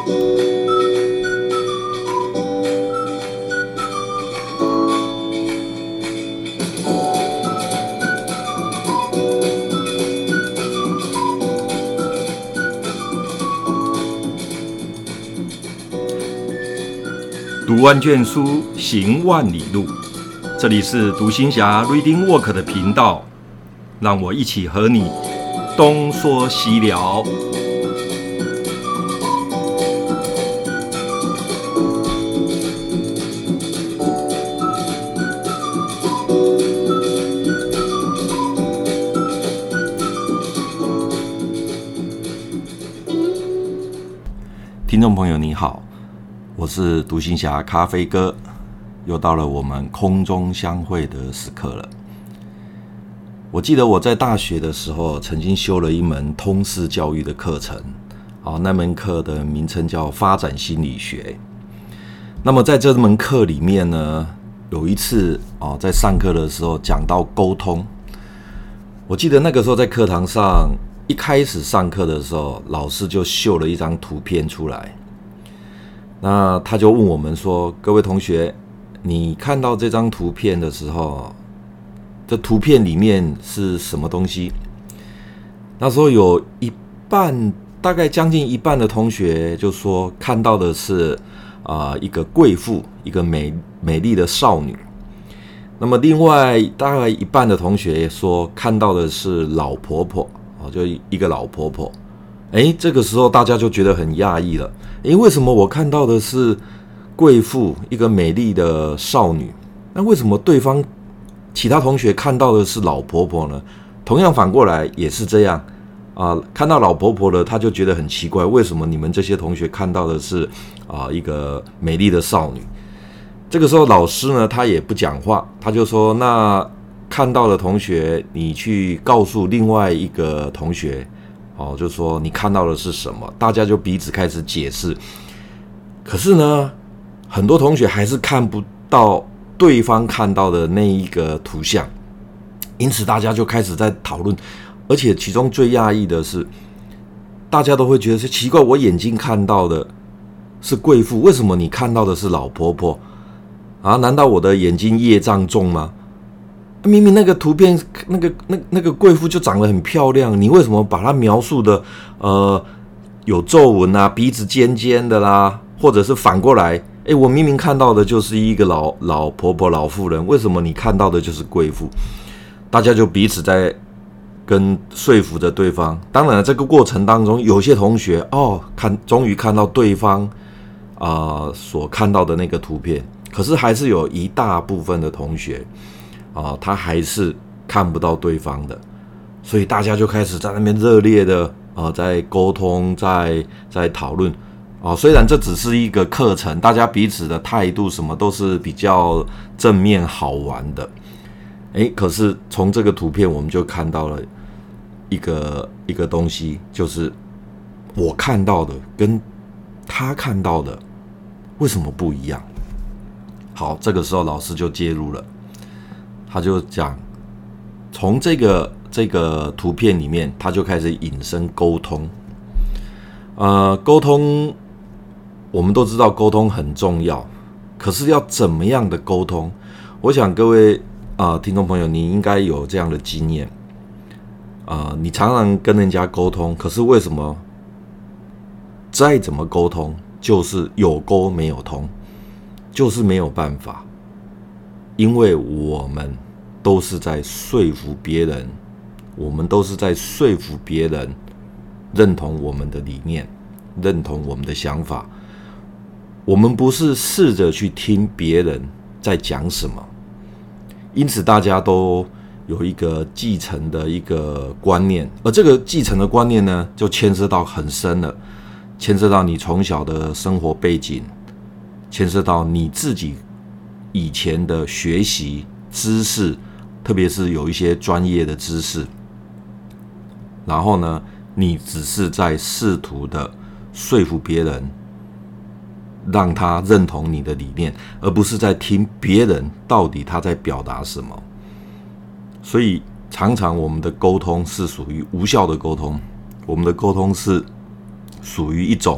读万卷书，行万里路。这里是读心侠 Reading Walk 的频道，让我一起和你东说西聊。听众朋友你好，我是读心侠咖啡哥，又到了我们空中相会的时刻了。我记得我在大学的时候曾经修了一门通识教育的课程，那门课的名称叫发展心理学。那么在这门课里面呢，有一次在上课的时候讲到沟通。我记得那个时候在课堂上一开始上课的时候，老师就秀了一张图片出来。那他就问我们说，各位同学，你看到这张图片的时候，这图片里面是什么东西？那时候有一半，大概将近一半的同学就说看到的是一个贵妇，一个美丽的少女。那么另外大概一半的同学说看到的是老婆婆，就一个老婆婆。这个时候大家就觉得很讶异了。为什么我看到的是贵妇，一个美丽的少女？那为什么对方其他同学看到的是老婆婆呢？同样反过来也是这样看到老婆婆了，他就觉得很奇怪，为什么你们这些同学看到的是一个美丽的少女？这个时候老师呢，他也不讲话，他就说，那看到的同学，你去告诉另外一个同学，就说你看到的是什么？大家就彼此开始解释。可是呢，很多同学还是看不到对方看到的那一个图像，因此大家就开始在讨论。而且其中最讶异的是，大家都会觉得是奇怪，我眼睛看到的是贵妇，为什么你看到的是老婆婆？难道我的眼睛业障重吗？明明那个图片，那个贵妇就长得很漂亮，你为什么把她描述的有皱纹啊，鼻子尖尖的啦，或者是反过来，我明明看到的就是一个老婆婆、老妇人，为什么你看到的就是贵妇？大家就彼此在跟说服着对方。当然了，这个过程当中，有些同学终于看到对方所看到的那个图片，可是还是有一大部分的同学他还是看不到对方的，所以大家就开始在那边热烈的在沟通，在讨论虽然这只是一个课程，大家彼此的态度什么都是比较正面好玩的，可是从这个图片我们就看到了一个东西，就是我看到的跟他看到的为什么不一样？好，这个时候老师就介入了。他就讲，从这个图片里面，他就开始引申沟通。沟通，我们都知道沟通很重要，可是要怎么样的沟通？我想各位听众朋友，你应该有这样的经验。你常常跟人家沟通，可是为什么再怎么沟通，就是有沟没有通，就是没有办法？因为我们都是在说服别人，我们都是在说服别人认同我们的理念，认同我们的想法。我们不是试着去听别人在讲什么，因此大家都有一个继承的一个观念，而这个继承的观念呢，就牵涉到很深了，牵涉到你从小的生活背景，牵涉到你自己以前的学习知识，特别是有一些专业的知识，然后呢，你只是在试图的说服别人，让他认同你的理念，而不是在听别人到底他在表达什么。所以常常我们的沟通是属于无效的沟通，我们的沟通是属于一种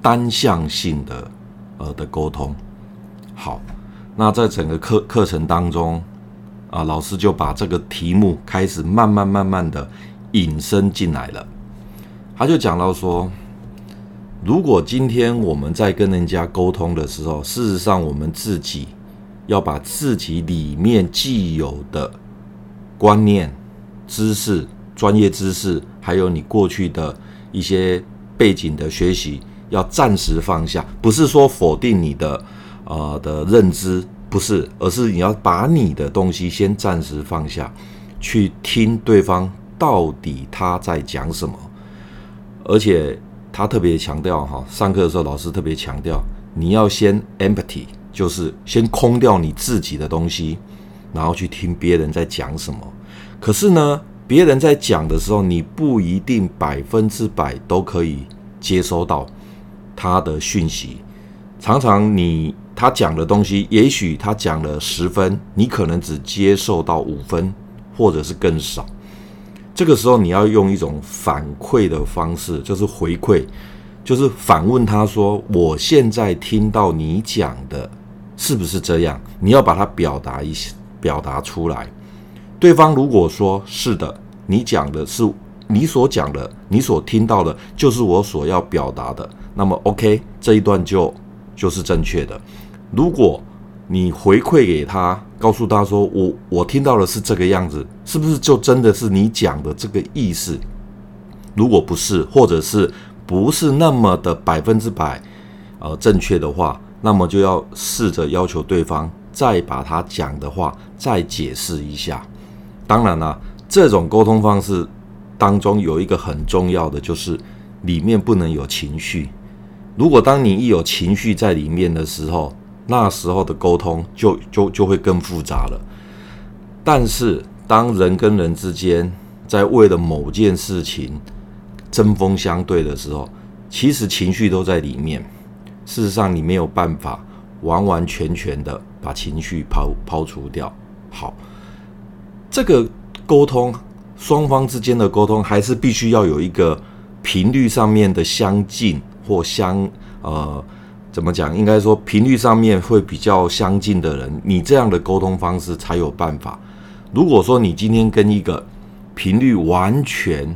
单向性的沟通。好，那在整个课程当中老师就把这个题目开始慢慢的引申进来了。他就讲到说，如果今天我们在跟人家沟通的时候，事实上我们自己要把自己里面既有的观念、知识、专业知识，还有你过去的一些背景的学习，要暂时放下，不是说否定你的认知，不是，而是你要把你的东西先暂时放下，去听对方到底他在讲什么。而且他特别强调上课的时候老师特别强调，你要先 empty， 就是先空掉你自己的东西，然后去听别人在讲什么。可是呢，别人在讲的时候，你不一定100%都可以接收到他的讯息。常常他讲的东西，也许他讲了10分，你可能只接受到5分，或者是更少。这个时候你要用一种反馈的方式，就是回馈，就是反问他说，我现在听到你讲的是不是这样？你要把它表达出来。对方如果说是的，你讲的是你所讲的，你所听到的就是我所要表达的，那么 OK， 这一段就是正确的。如果你回馈给他，告诉他说我听到的是这个样子，是不是就真的是你讲的这个意思？如果不是，或者是不是那么的100%正确的话，那么就要试着要求对方再把他讲的话再解释一下。当然啦，这种沟通方式当中有一个很重要的，就是里面不能有情绪。如果当你一有情绪在里面的时候，那时候的沟通就会更复杂了。但是当人跟人之间在为了某件事情针锋相对的时候，其实情绪都在里面。事实上你没有办法完完全全的把情绪抛除掉。好，这个沟通，双方之间的沟通还是必须要有一个频率上面的相近，或怎么讲？应该说频率上面会比较相近的人，你这样的沟通方式才有办法。如果说你今天跟一个频率完全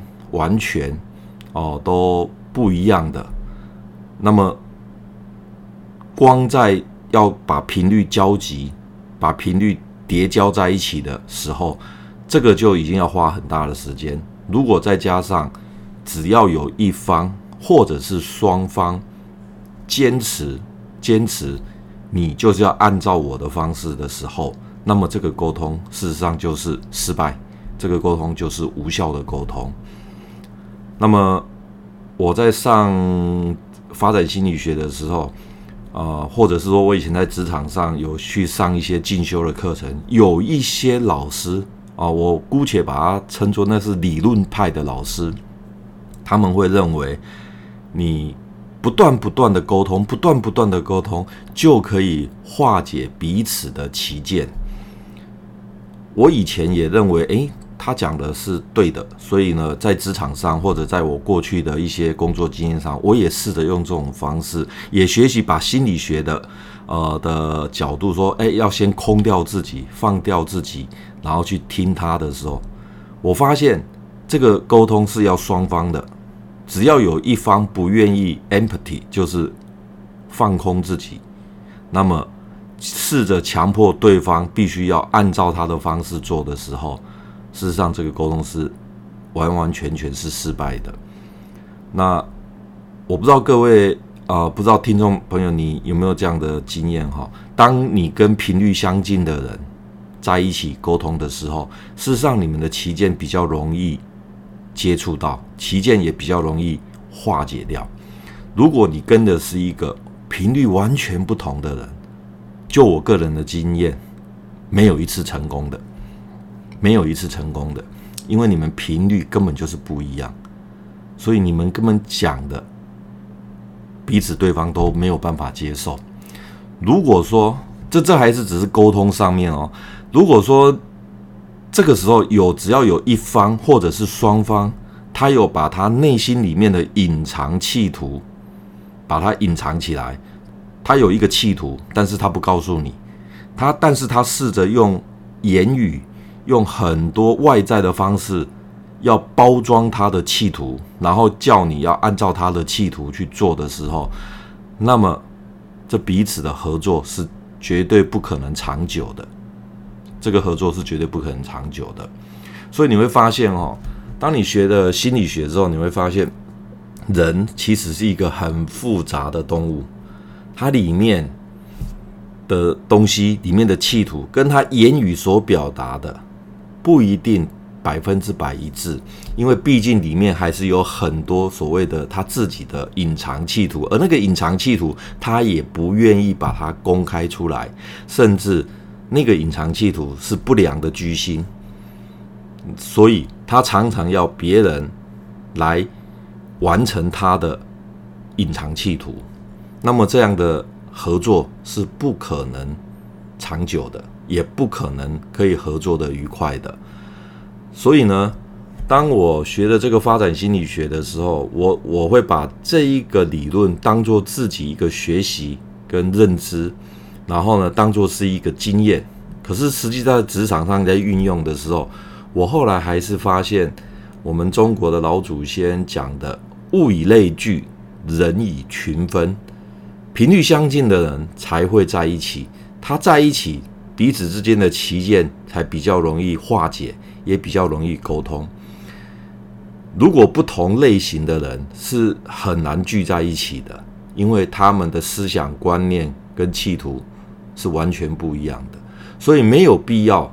都不一样的，那么光在要把频率交集、把频率叠交在一起的时候，这个就已经要花很大的时间。如果再加上只要有一方或者是双方坚持你就是要按照我的方式的时候，那么这个沟通事实上就是失败，这个沟通就是无效的沟通。那么我在上发展心理学的时候或者是说我以前在职场上有去上一些进修的课程，有一些老师我姑且把它称作那是理论派的老师，他们会认为你不断的沟通，就可以化解彼此的歧见。我以前也认为他讲的是对的，所以呢，在职场上或者在我过去的一些工作经验上，我也试着用这种方式，也学习把心理学的角度说，要先空掉自己，放掉自己，然后去听他的时候，我发现这个沟通是要双方的。只要有一方不愿意 empathy， 就是放空自己，那么试着强迫对方必须要按照他的方式做的时候，事实上这个沟通是完完全全是失败的。那我不知道各位不知道听众朋友你有没有这样的经验当你跟频率相近的人在一起沟通的时候，事实上你们的歧见比较容易接触到，歧见也比较容易化解掉。如果你跟的是一个频率完全不同的人，就我个人的经验，没有一次成功的，因为你们频率根本就是不一样，所以你们根本讲的彼此对方都没有办法接受。如果说这还是只是沟通上面如果说这个时候只要有一方或者是双方，他有把他内心里面的隐藏企图把它隐藏起来，他有一个企图，但是他不告诉你，但是他试着用言语，用很多外在的方式，要包装他的企图，然后叫你要按照他的企图去做的时候，那么这彼此的合作是绝对不可能长久的。这个合作是绝对不可能长久的。所以你会发现当你学了心理学之后，你会发现人其实是一个很复杂的动物，它里面的东西，里面的企图跟他言语所表达的不一定100%一致，因为毕竟里面还是有很多所谓的他自己的隐藏企图，而那个隐藏企图他也不愿意把它公开出来，甚至那个隐藏企图是不良的居心，所以他常常要别人来完成他的隐藏企图。那么这样的合作是不可能长久的，也不可能可以合作的愉快的。所以呢，当我学了这个发展心理学的时候，我会把这一个理论当作自己一个学习跟认知，然后呢，当作是一个经验。可是实际在职场上在运用的时候，我后来还是发现，我们中国的老祖先讲的物以类聚，人以群分，频率相近的人才会在一起，他在一起，彼此之间的歧见才比较容易化解，也比较容易沟通。如果不同类型的人是很难聚在一起的，因为他们的思想观念跟企图是完全不一样的，所以没有必要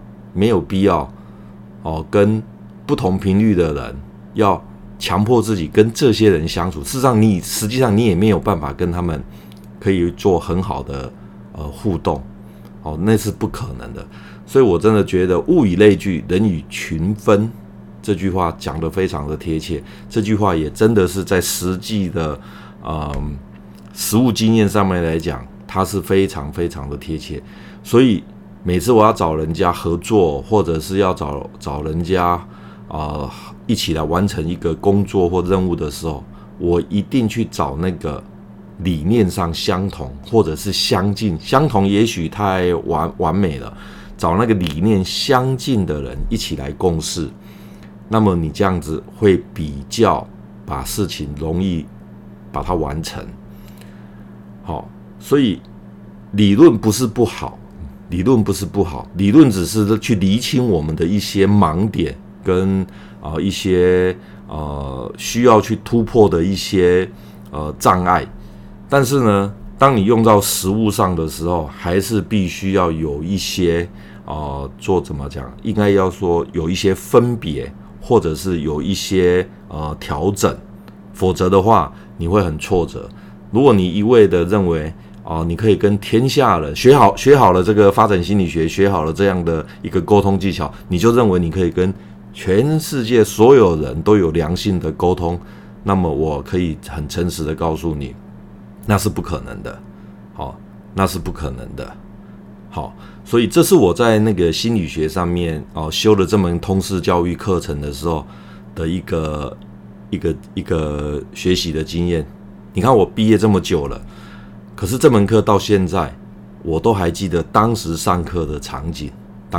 跟不同频率的人要强迫自己跟这些人相处。实际上你也没有办法跟他们可以做很好的互动，那是不可能的。所以我真的觉得物以类聚，人以群分这句话讲得非常的贴切，这句话也真的是在实际的实务经验上面来讲，它是非常非常的贴切。所以每次我要找人家合作，或者是要找人家一起来完成一个工作或任务的时候，我一定去找那个理念上相同，或者是相近。相同也许太完美了，找那个理念相近的人一起来共事，那么你这样子会比较把事情容易把它完成。好，所以理论不是不好，理论只是去厘清我们的一些盲点跟一些需要去突破的一些障碍。但是呢，当你用到实务上的时候，还是必须要有一些怎么讲，应该要说有一些分别，或者是有一些调整，否则的话你会很挫折。如果你一味的认为你可以跟天下人学好了这个发展心理学，学好了这样的一个沟通技巧，你就认为你可以跟全世界所有人都有良性的沟通，那么我可以很诚实的告诉你，那是不可能的。那是不可能的。所以这是我在那个心理学上面修了这门通识教育课程的时候的一个学习的经验。你看我毕业这么久了，可是这门课到现在我都还记得当时上课的场景。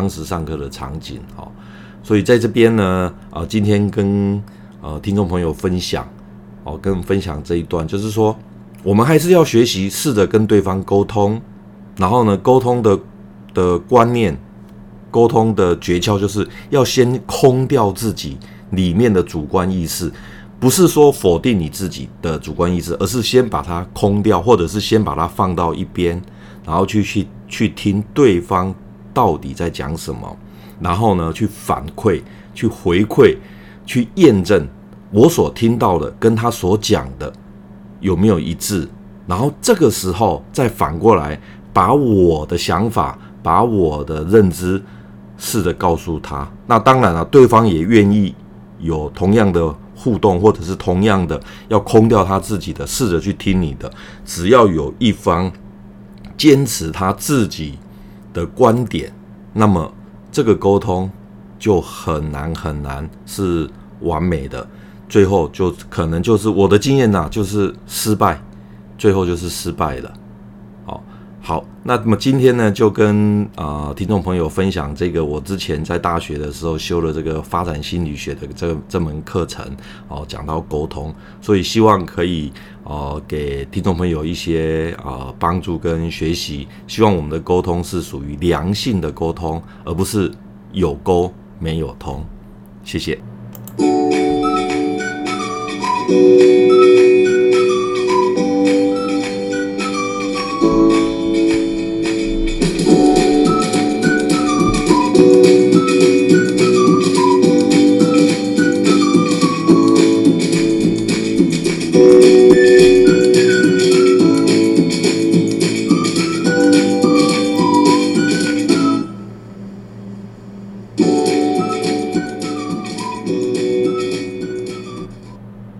所以在这边呢今天跟听众朋友分享这一段，就是说我们还是要学习试着跟对方沟通，然后呢沟通的观念，沟通的诀窍就是要先空掉自己里面的主观意识，不是说否定你自己的主观意识，而是先把它空掉，或者是先把它放到一边，然后去听对方到底在讲什么，然后呢去反馈，去回馈，去验证我所听到的跟他所讲的有没有一致，然后这个时候再反过来把我的想法，把我的认知试着告诉他。那当然了，对方也愿意有同样的互动，或者是同样的要空掉他自己的，试着去听你的。只要有一方坚持他自己的观点，那么这个沟通就很难是完美的，最后就可能就是我的经验就是失败， 最后就是失败了。好，那么今天呢，就跟听众朋友分享这个我之前在大学的时候修了这个发展心理学的这门课程，讲到沟通，所以希望可以给听众朋友一些帮助跟学习。希望我们的沟通是属于良性的沟通，而不是有沟没有通。谢谢。